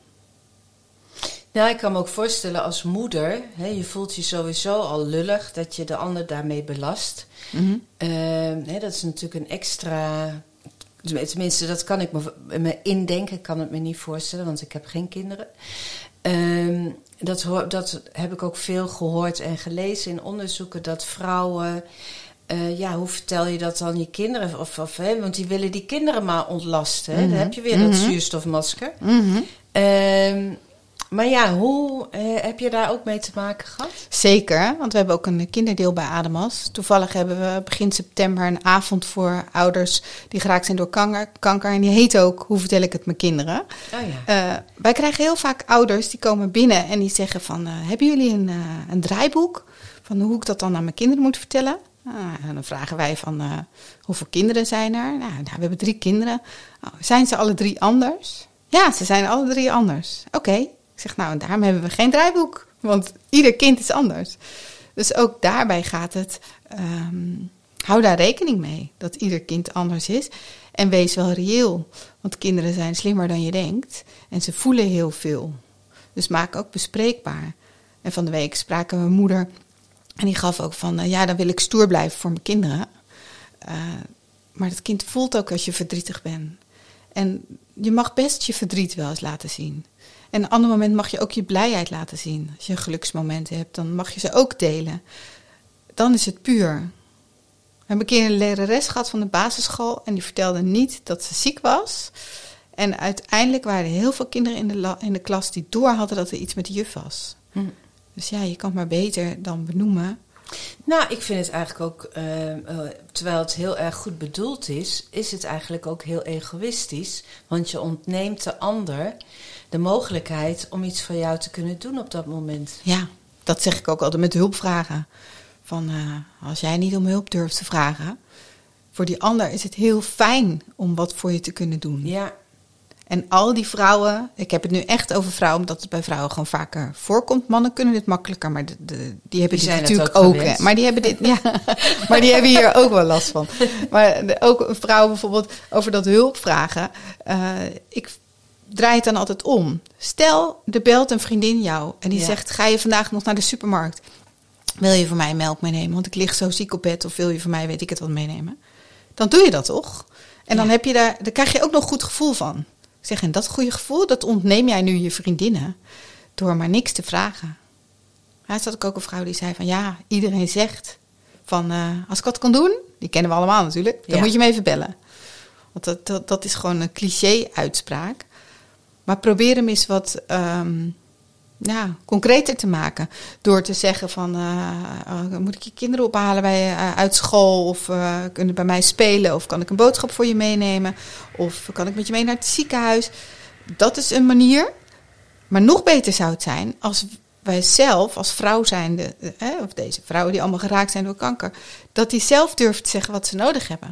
Nou, ik kan me ook voorstellen als moeder, hè, je voelt je sowieso al lullig dat je de ander daarmee belast. Mm-hmm. Uh, hè, dat is natuurlijk een extra, tenminste dat kan ik me, me indenken, kan het me niet voorstellen, want ik heb geen kinderen. Uh, dat, hoor, dat heb ik ook veel gehoord en gelezen in onderzoeken, dat vrouwen, uh, ja, hoe vertel je dat dan je kinderen? Of, of, hè, want die willen die kinderen maar ontlasten. Hè? Mm-hmm. Dan heb je weer mm-hmm. dat zuurstofmasker. Mm-hmm. Uh, Maar ja, hoe eh, heb je daar ook mee te maken gehad? Zeker, want we hebben ook een kinderdeel bij Ademas. Toevallig hebben we begin september een avond voor ouders die geraakt zijn door kanker. kanker en die heet ook Hoe vertel ik het mijn kinderen? Oh ja. uh, wij krijgen heel vaak ouders die komen binnen en die zeggen van, uh, hebben jullie een, uh, een draaiboek van hoe ik dat dan aan mijn kinderen moet vertellen? Uh, en dan vragen wij van, uh, hoeveel kinderen zijn er? Nou, nou, we hebben drie kinderen. Oh, zijn ze alle drie anders? Ja, ze zijn alle drie anders. Oké. Okay. Ik zeg, nou, en daarom hebben we geen draaiboek. Want ieder kind is anders. Dus ook daarbij gaat het, um, hou daar rekening mee. Dat ieder kind anders is. En wees wel reëel. Want kinderen zijn slimmer dan je denkt. En ze voelen heel veel. Dus maak ook bespreekbaar. En van de week spraken we mijn moeder. En die gaf ook van, uh, ja, dan wil ik stoer blijven voor mijn kinderen. Uh, maar het kind voelt ook als je verdrietig bent. En je mag best je verdriet wel eens laten zien. En een ander moment mag je ook je blijheid laten zien. Als je een geluksmoment hebt, dan mag je ze ook delen. Dan is het puur. We hebben een keer een lerares gehad van de basisschool. En die vertelde niet dat ze ziek was. En uiteindelijk waren er heel veel kinderen in de, la- in de klas die door hadden dat er iets met de juf was. Hm. Dus ja, je kan het maar beter dan benoemen. Nou, ik vind het eigenlijk ook, uh, uh, terwijl het heel erg goed bedoeld is, is het eigenlijk ook heel egoïstisch. Want je ontneemt de ander de mogelijkheid om iets voor jou te kunnen doen op dat moment. Ja, dat zeg ik ook altijd met hulpvragen. Van uh, als jij niet om hulp durft te vragen, voor die ander is het heel fijn om wat voor je te kunnen doen. Ja. En al die vrouwen, ik heb het nu echt over vrouwen, omdat het bij vrouwen gewoon vaker voorkomt. Mannen kunnen dit makkelijker, maar de, de, die hebben die dit natuurlijk ook. ook maar die hebben dit, ja, maar die hebben hier ook wel last van. Maar de, ook een vrouw bijvoorbeeld over dat hulpvragen. Uh, ik draai het dan altijd om. Stel, er belt een vriendin jou en die ja. zegt, ga je vandaag nog naar de supermarkt? Wil je voor mij melk meenemen? Want ik lig zo ziek op bed. Of wil je voor mij, weet ik het wat, meenemen? Dan doe je dat toch? En dan, ja. heb je daar, dan krijg je ook nog goed gevoel van. Ik zeg, en dat goede gevoel, dat ontneem jij nu je vriendinnen door maar niks te vragen. Hij zat ook een vrouw die zei van, ja, iedereen zegt van, uh, als ik wat kan doen, die kennen we allemaal natuurlijk, dan ja. moet je me even bellen. Want dat, dat, dat is gewoon een cliché-uitspraak. Maar probeer hem eens wat um, ja, concreter te maken. Door te zeggen van, uh, uh, moet ik je kinderen ophalen bij, uh, uit school? Of uh, kunnen bij mij spelen? Of kan ik een boodschap voor je meenemen? Of kan ik met je mee naar het ziekenhuis? Dat is een manier. Maar nog beter zou het zijn als wij zelf, als vrouw zijnde, uh, of deze vrouwen die allemaal geraakt zijn door kanker, dat die zelf durven te zeggen wat ze nodig hebben.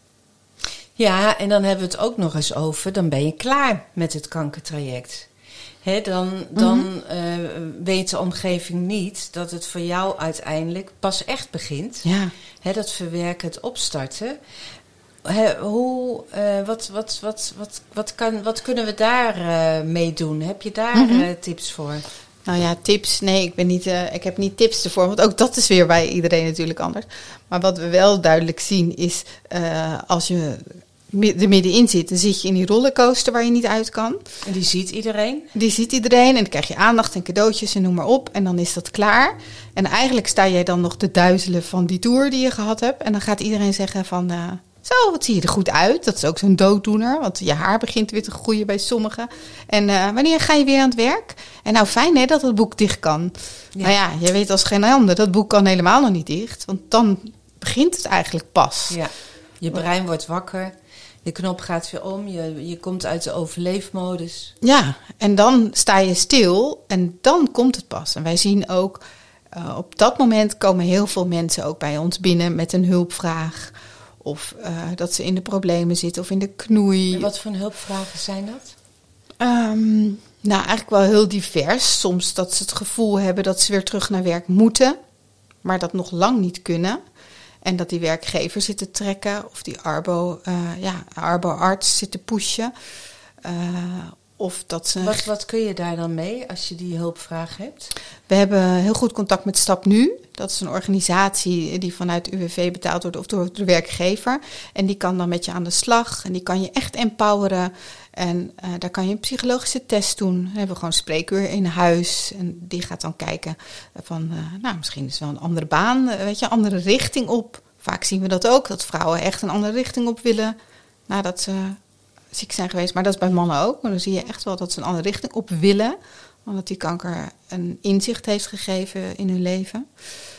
Ja, en dan hebben we het ook nog eens over, dan ben je klaar met het kankertraject. He, dan dan mm-hmm. uh, weet de omgeving niet dat het voor jou uiteindelijk pas echt begint. Ja. He, dat verwerken, het opstarten. He, hoe, uh, wat, wat, wat, wat, wat, kan, wat kunnen we daar uh, mee doen? Heb je daar mm-hmm. uh, tips voor? Nou ja, tips. Nee, ik, ben niet, uh, ik heb niet tips ervoor. Want ook dat is weer bij iedereen natuurlijk anders. Maar wat we wel duidelijk zien is, uh, als je er middenin zit, dan zit je in die rollercoaster waar je niet uit kan. En die ziet iedereen? Die ziet iedereen en dan krijg je aandacht en cadeautjes en noem maar op. En dan is dat klaar. En eigenlijk sta jij dan nog te duizelen van die tour die je gehad hebt. En dan gaat iedereen zeggen van, uh, zo, wat zie je er goed uit. Dat is ook zo'n dooddoener, want je haar begint weer te groeien bij sommigen. En uh, wanneer ga je weer aan het werk? En nou, fijn hè, dat het boek dicht kan. Ja. Nou ja, je weet als geen ander, dat boek kan helemaal nog niet dicht. Want dan begint het eigenlijk pas. Ja, je brein wordt wakker. De knop gaat weer om, je, je komt uit de overleefmodus. Ja, en dan sta je stil en dan komt het pas. En wij zien ook, uh, op dat moment komen heel veel mensen ook bij ons binnen met een hulpvraag. Of uh, dat ze in de problemen zitten of in de knoei. En wat voor hulpvragen zijn dat? Um, nou, eigenlijk wel heel divers. Soms dat ze het gevoel hebben dat ze weer terug naar werk moeten, maar dat nog lang niet kunnen. En dat die werkgever zit te trekken of die arbo, uh, ja, arbo-arts zit te pushen. Uh, of dat ze... wat, wat kun je daar dan mee als je die hulpvraag hebt? We hebben heel goed contact met Stap Nu. Dat is een organisatie die vanuit U W V betaald wordt of door de werkgever. En die kan dan met je aan de slag. En die kan je echt empoweren. En uh, daar kan je een psychologische test doen. Dan hebben we gewoon een spreekuur in huis. En die gaat dan kijken van, uh, nou, misschien is het wel een andere baan. Uh, weet je, een andere richting op. Vaak zien we dat ook, dat vrouwen echt een andere richting op willen nadat ze ziek zijn geweest. Maar dat is bij mannen ook. Maar dan zie je echt wel dat ze een andere richting op willen. Omdat die kanker een inzicht heeft gegeven in hun leven.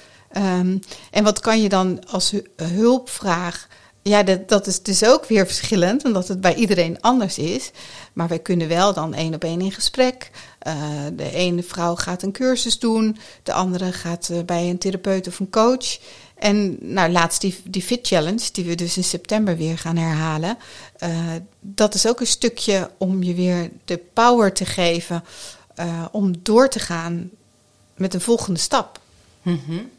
Um, en wat kan je dan als hulpvraag... Ja, dat, dat is dus ook weer verschillend, omdat het bij iedereen anders is. Maar wij kunnen wel dan één op één in gesprek. Uh, de ene vrouw gaat een cursus doen, de andere gaat uh, bij een therapeut of een coach. En nou, laatst die, die Fit Challenge, die we dus in september weer gaan herhalen. Uh, dat is ook een stukje om je weer de power te geven uh, om door te gaan met een volgende stap. Mm-hmm.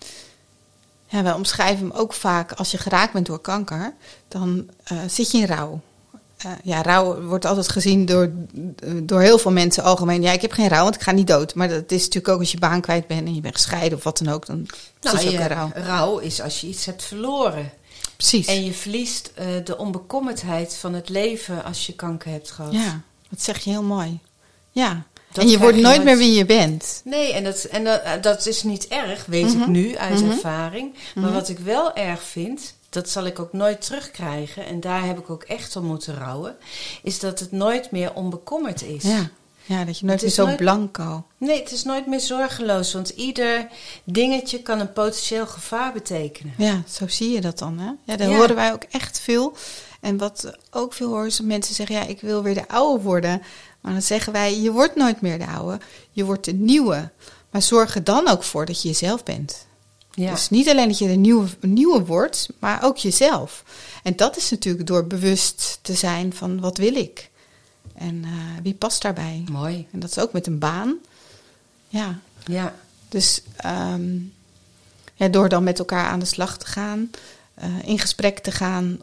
Ja, wij omschrijven hem ook vaak als je geraakt bent door kanker, dan uh, zit je in rouw. Uh, ja, rouw wordt altijd gezien door, door heel veel mensen algemeen. Ja, ik heb geen rouw, want ik ga niet dood. Maar dat is natuurlijk ook als je baan kwijt bent en je bent gescheiden of wat dan ook. Dan nou, is het ook je, een rouw. Rouw is als je iets hebt verloren. Precies. En je verliest uh, de onbekommerdheid van het leven als je kanker hebt gehad. Ja, dat zeg je heel mooi. Ja. Dat en je wordt je nooit nooit meer wie je bent. Nee, en dat, en dat, dat is niet erg, weet Mm-hmm. ik nu uit Mm-hmm. ervaring. Maar Mm-hmm. wat ik wel erg vind, dat zal ik ook nooit terugkrijgen. En daar heb ik ook echt om moeten rouwen. Is dat het nooit meer onbekommerd is. Ja, ja dat je nooit Het meer is zo nooit- blanco. Nee, het is nooit meer zorgeloos. Want ieder dingetje kan een potentieel gevaar betekenen. Ja, zo zie je dat dan. Hè? Ja, daar Ja. horen wij ook echt veel. En wat ook veel horen is dat mensen zeggen... ja, ik wil weer de oude worden. Maar dan zeggen wij, je wordt nooit meer de oude. Je wordt de nieuwe. Maar zorg er dan ook voor dat je jezelf bent. Ja. Dus niet alleen dat je de nieuwe, nieuwe wordt, maar ook jezelf. En dat is natuurlijk door bewust te zijn van wat wil ik? En uh, wie past daarbij? Mooi. En dat is ook met een baan. Ja, Ja. dus um, ja, door dan met elkaar aan de slag te gaan, uh, in gesprek te gaan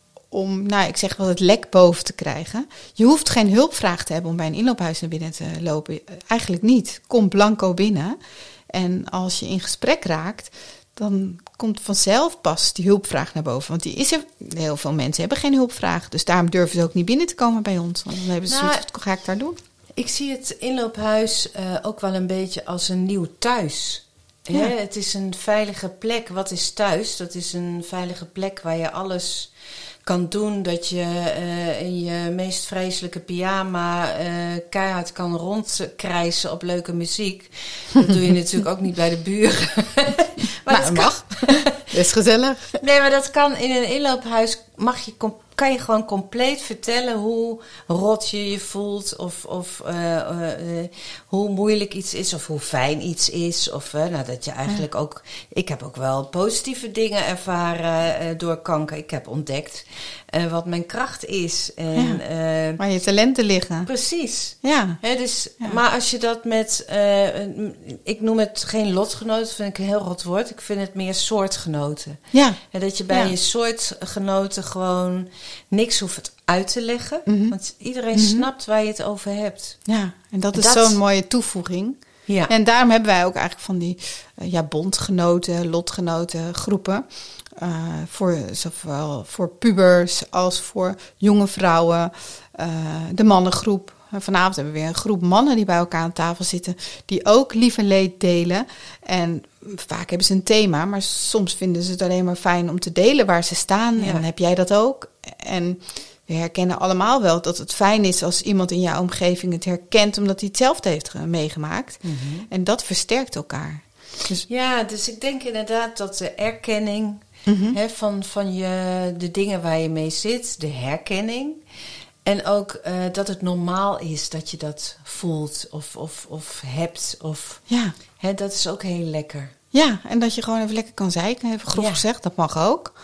om, nou, ik zeg wel, het lek boven te krijgen. Je hoeft geen hulpvraag te hebben om bij een inloophuis naar binnen te lopen. Eigenlijk niet. Kom blanco binnen. En als je in gesprek raakt, dan komt vanzelf pas die hulpvraag naar boven. Want die is er. Heel veel mensen hebben geen hulpvraag. Dus daarom durven ze ook niet binnen te komen bij ons. Want dan hebben ze Nou, zoiets, wat ga ik daar doen? Ik zie het inloophuis uh, ook wel een beetje als een nieuw thuis. Ja. Hè? Het is een veilige plek. Wat is thuis? Dat is een veilige plek waar je alles kan doen. Dat je uh, in je meest vreselijke pyjama uh, keihard kan rondkrijsen op leuke muziek. Dat doe je natuurlijk ook niet bij de buren. maar Nou, dat mag. Best gezellig. Nee, maar dat kan in een inloophuis. Mag je, kan je gewoon compleet vertellen hoe rot je je voelt. Of, of uh, uh, uh, hoe moeilijk iets is. Of hoe fijn iets is. Of uh, nou, dat je eigenlijk ook. Ik heb ook wel positieve dingen ervaren uh, door kanker. Ik heb ontdekt uh, wat mijn kracht is. En, ja, uh, waar je talenten liggen. Precies. Ja. He, dus, ja. Maar als je dat met. Uh, ik noem het geen lotgenoten. Dat vind ik een heel rot woord. Ik vind het meer soortgenoten. Ja. En dat je bij ja. je soortgenoten gewoon niks hoeft uit te leggen. Mm-hmm. Want iedereen mm-hmm. snapt waar je het over hebt. Ja, en dat is dat... zo'n mooie toevoeging. Ja. En daarom hebben wij ook eigenlijk van die uh, ja, bondgenoten, lotgenoten, groepen. Uh, voor, zowel voor pubers als voor jonge vrouwen. Uh, de mannengroep. Vanavond hebben we weer een groep mannen die bij elkaar aan tafel zitten. Die ook lief en leed delen. En vaak hebben ze een thema. Maar soms vinden ze het alleen maar fijn om te delen waar ze staan. Ja. En dan heb jij dat ook. En we herkennen allemaal wel dat het fijn is als iemand in jouw omgeving het herkent. Omdat hij hetzelfde heeft meegemaakt. Mm-hmm. En dat versterkt elkaar. Dus... Ja, dus ik denk inderdaad dat de erkenning mm-hmm. hè, van, van je, de dingen waar je mee zit. De herkenning. En ook uh, dat het normaal is dat je dat voelt of, of, of hebt. Of, ja. Hè, dat is ook heel lekker. Ja, en dat je gewoon even lekker kan zeiken. Even grof ja. gezegd, dat mag ook.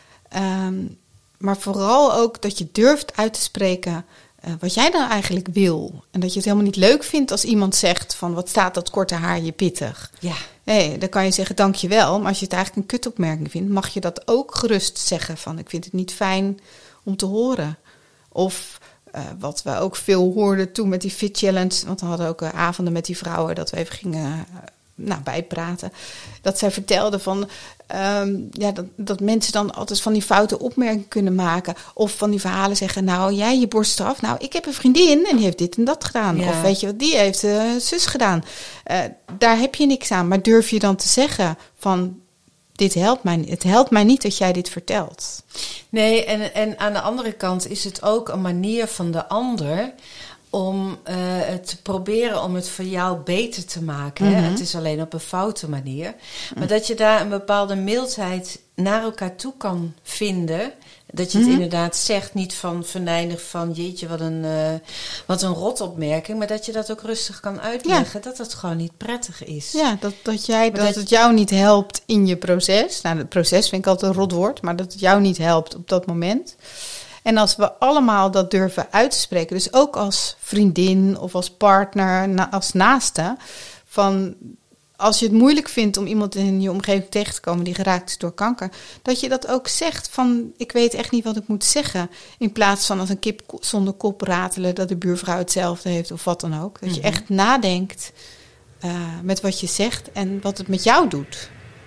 Um, maar vooral ook dat je durft uit te spreken uh, wat jij dan eigenlijk wil. En dat je het helemaal niet leuk vindt als iemand zegt van wat staat dat korte haar je pittig. Ja. Hey, dan kan je zeggen dankjewel. Maar als je het eigenlijk een kutopmerking vindt, mag je dat ook gerust zeggen van ik vind het niet fijn om te horen. Of uh, wat we ook veel hoorden toen met die Fit Challenge. Want we hadden ook uh, avonden met die vrouwen dat we even gingen uh, nou, bijpraten. Dat zij vertelden van um, ja, dat, dat mensen dan altijd van die foute opmerkingen kunnen maken. Of van die verhalen zeggen, nou jij je borst eraf. Nou ik heb een vriendin en die heeft dit en dat gedaan. Ja. Of weet je wat, die heeft uh, zus gedaan. Uh, daar heb je niks aan. Maar durf je dan te zeggen van dit helpt mij, het helpt mij niet dat jij dit vertelt. Nee, en, en aan de andere kant is het ook een manier van de ander om uh, te proberen om het voor jou beter te maken. Mm-hmm. Hè? Het is alleen op een foute manier. Mm-hmm. Maar dat je daar een bepaalde mildheid naar elkaar toe kan vinden. Dat je het mm-hmm. inderdaad zegt, niet van venijnig van jeetje, wat een, uh, wat een rotopmerking. Maar dat je dat ook rustig kan uitleggen, ja. dat het gewoon niet prettig is. Ja, dat, dat, jij, dat, dat het jou niet helpt in je proces. Nou, het proces vind ik altijd een rot woord, maar dat het jou niet helpt op dat moment. En als we allemaal dat durven uit te spreken, dus ook als vriendin of als partner, na, als naaste, van als je het moeilijk vindt om iemand in je omgeving tegen te komen die geraakt is door kanker, dat je dat ook zegt van, ik weet echt niet wat ik moet zeggen. In plaats van als een kip zonder kop ratelen dat de buurvrouw hetzelfde heeft of wat dan ook. Dat mm-hmm. je echt nadenkt uh, met wat je zegt en wat het met jou doet.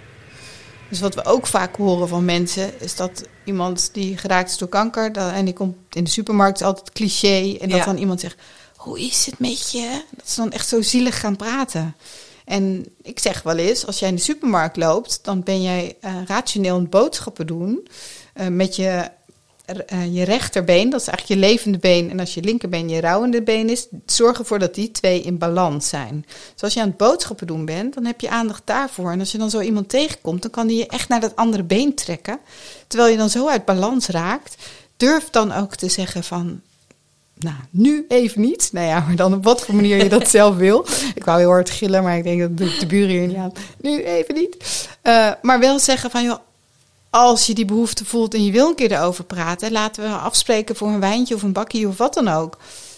Dus wat we ook vaak horen van mensen is dat iemand die geraakt is door kanker, dat, en die komt in de supermarkt, is altijd cliché, en dat ja. dan iemand zegt, hoe is het met je? Dat ze dan echt zo zielig gaan praten. En ik zeg wel eens, als jij in de supermarkt loopt, dan ben jij uh, rationeel een boodschappen doen uh, met je, uh, je rechterbeen, dat is eigenlijk je levende been. En als je linkerbeen je rouwende been is, zorg ervoor dat die twee in balans zijn. Dus als je aan het boodschappen doen bent, dan heb je aandacht daarvoor. En als je dan zo iemand tegenkomt, dan kan die je echt naar dat andere been trekken. Terwijl je dan zo uit balans raakt, durf dan ook te zeggen van, nou, nu even niet. Nou ja, maar dan op wat voor manier je dat zelf wil. Ik wou heel hard gillen, maar ik denk dat doe ik de buren hier niet aan. Nu even niet. Uh, maar wel zeggen van, joh, als je die behoefte voelt en je wil een keer erover praten, laten we afspreken voor een wijntje of een bakkie of wat dan ook.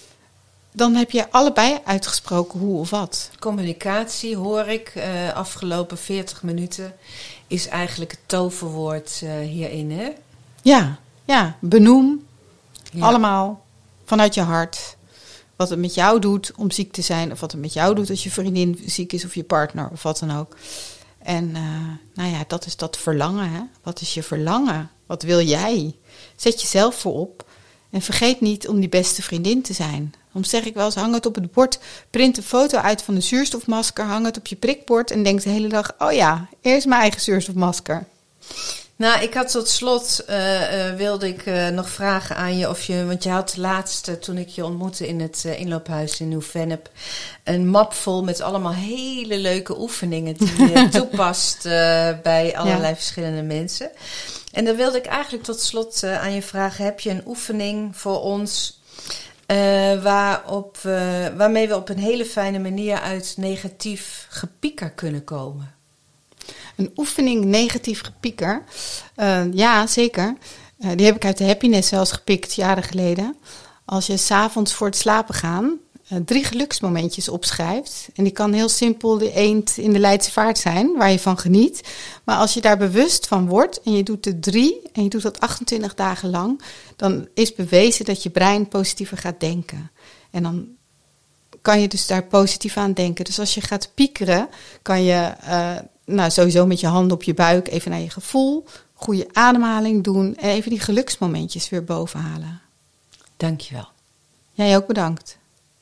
Dan heb je allebei uitgesproken hoe of wat. Communicatie, hoor ik, uh, afgelopen veertig minuten, is eigenlijk het toverwoord uh, hierin, hè? Ja, ja, benoem. Ja. Allemaal. Vanuit je hart, wat het met jou doet om ziek te zijn, of wat het met jou doet als je vriendin ziek is of je partner of wat dan ook. En uh, nou ja, dat is dat verlangen. Hè? Wat is je verlangen? Wat wil jij? Zet jezelf voorop en vergeet niet om die beste vriendin te zijn. Soms zeg ik wel eens, hang het op het bord, print een foto uit van een zuurstofmasker, hang het op je prikbord en denk de hele dag, oh ja, eerst mijn eigen zuurstofmasker. Nou, ik had tot slot, uh, uh, wilde ik uh, nog vragen aan je of je, want je had laatst, uh, toen ik je ontmoette in het uh, inloophuis in Nieuw-Vennep, een map vol met allemaal hele leuke oefeningen die je toepast uh, bij allerlei ja. verschillende mensen. En dan wilde ik eigenlijk tot slot uh, aan je vragen, heb je een oefening voor ons uh, waarop, uh, waarmee we op een hele fijne manier uit negatief gepieker kunnen komen? Een oefening negatief gepieker. Uh, ja, zeker. Uh, die heb ik uit de Happiness zelfs gepikt, jaren geleden. Als je 's avonds voor het slapen gaan uh, drie geluksmomentjes opschrijft. En die kan heel simpel de eend in de Leidse Vaart zijn, waar je van geniet. Maar als je daar bewust van wordt en je doet er drie en je doet dat achtentwintig dagen lang, dan is bewezen dat je brein positiever gaat denken. En dan kan je dus daar positief aan denken. Dus als je gaat piekeren, kan je Uh, Nou, sowieso met je handen op je buik even naar je gevoel, goede ademhaling doen en even die geluksmomentjes weer boven halen. Dankjewel. Jij ook bedankt.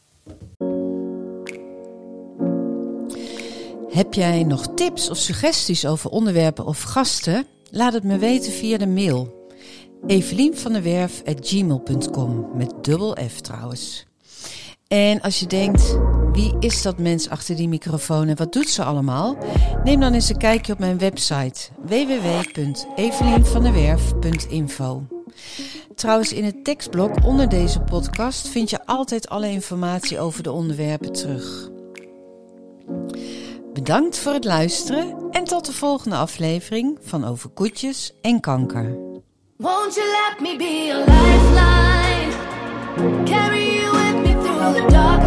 Heb jij nog tips of suggesties over onderwerpen of gasten? Laat het me weten via de mail. evelien van der werf at gmail punt com met dubbel F trouwens. En als je denkt, wie is dat mens achter die microfoon en wat doet ze allemaal? Neem dan eens een kijkje op mijn website w w w punt evelien van der werf punt info. Trouwens, in het tekstblok onder deze podcast vind je altijd alle informatie over de onderwerpen terug. Bedankt voor het luisteren en tot de volgende aflevering van Over Koetjes en Kanker. Won't you let me be a lifeline? Carry you with me through the dark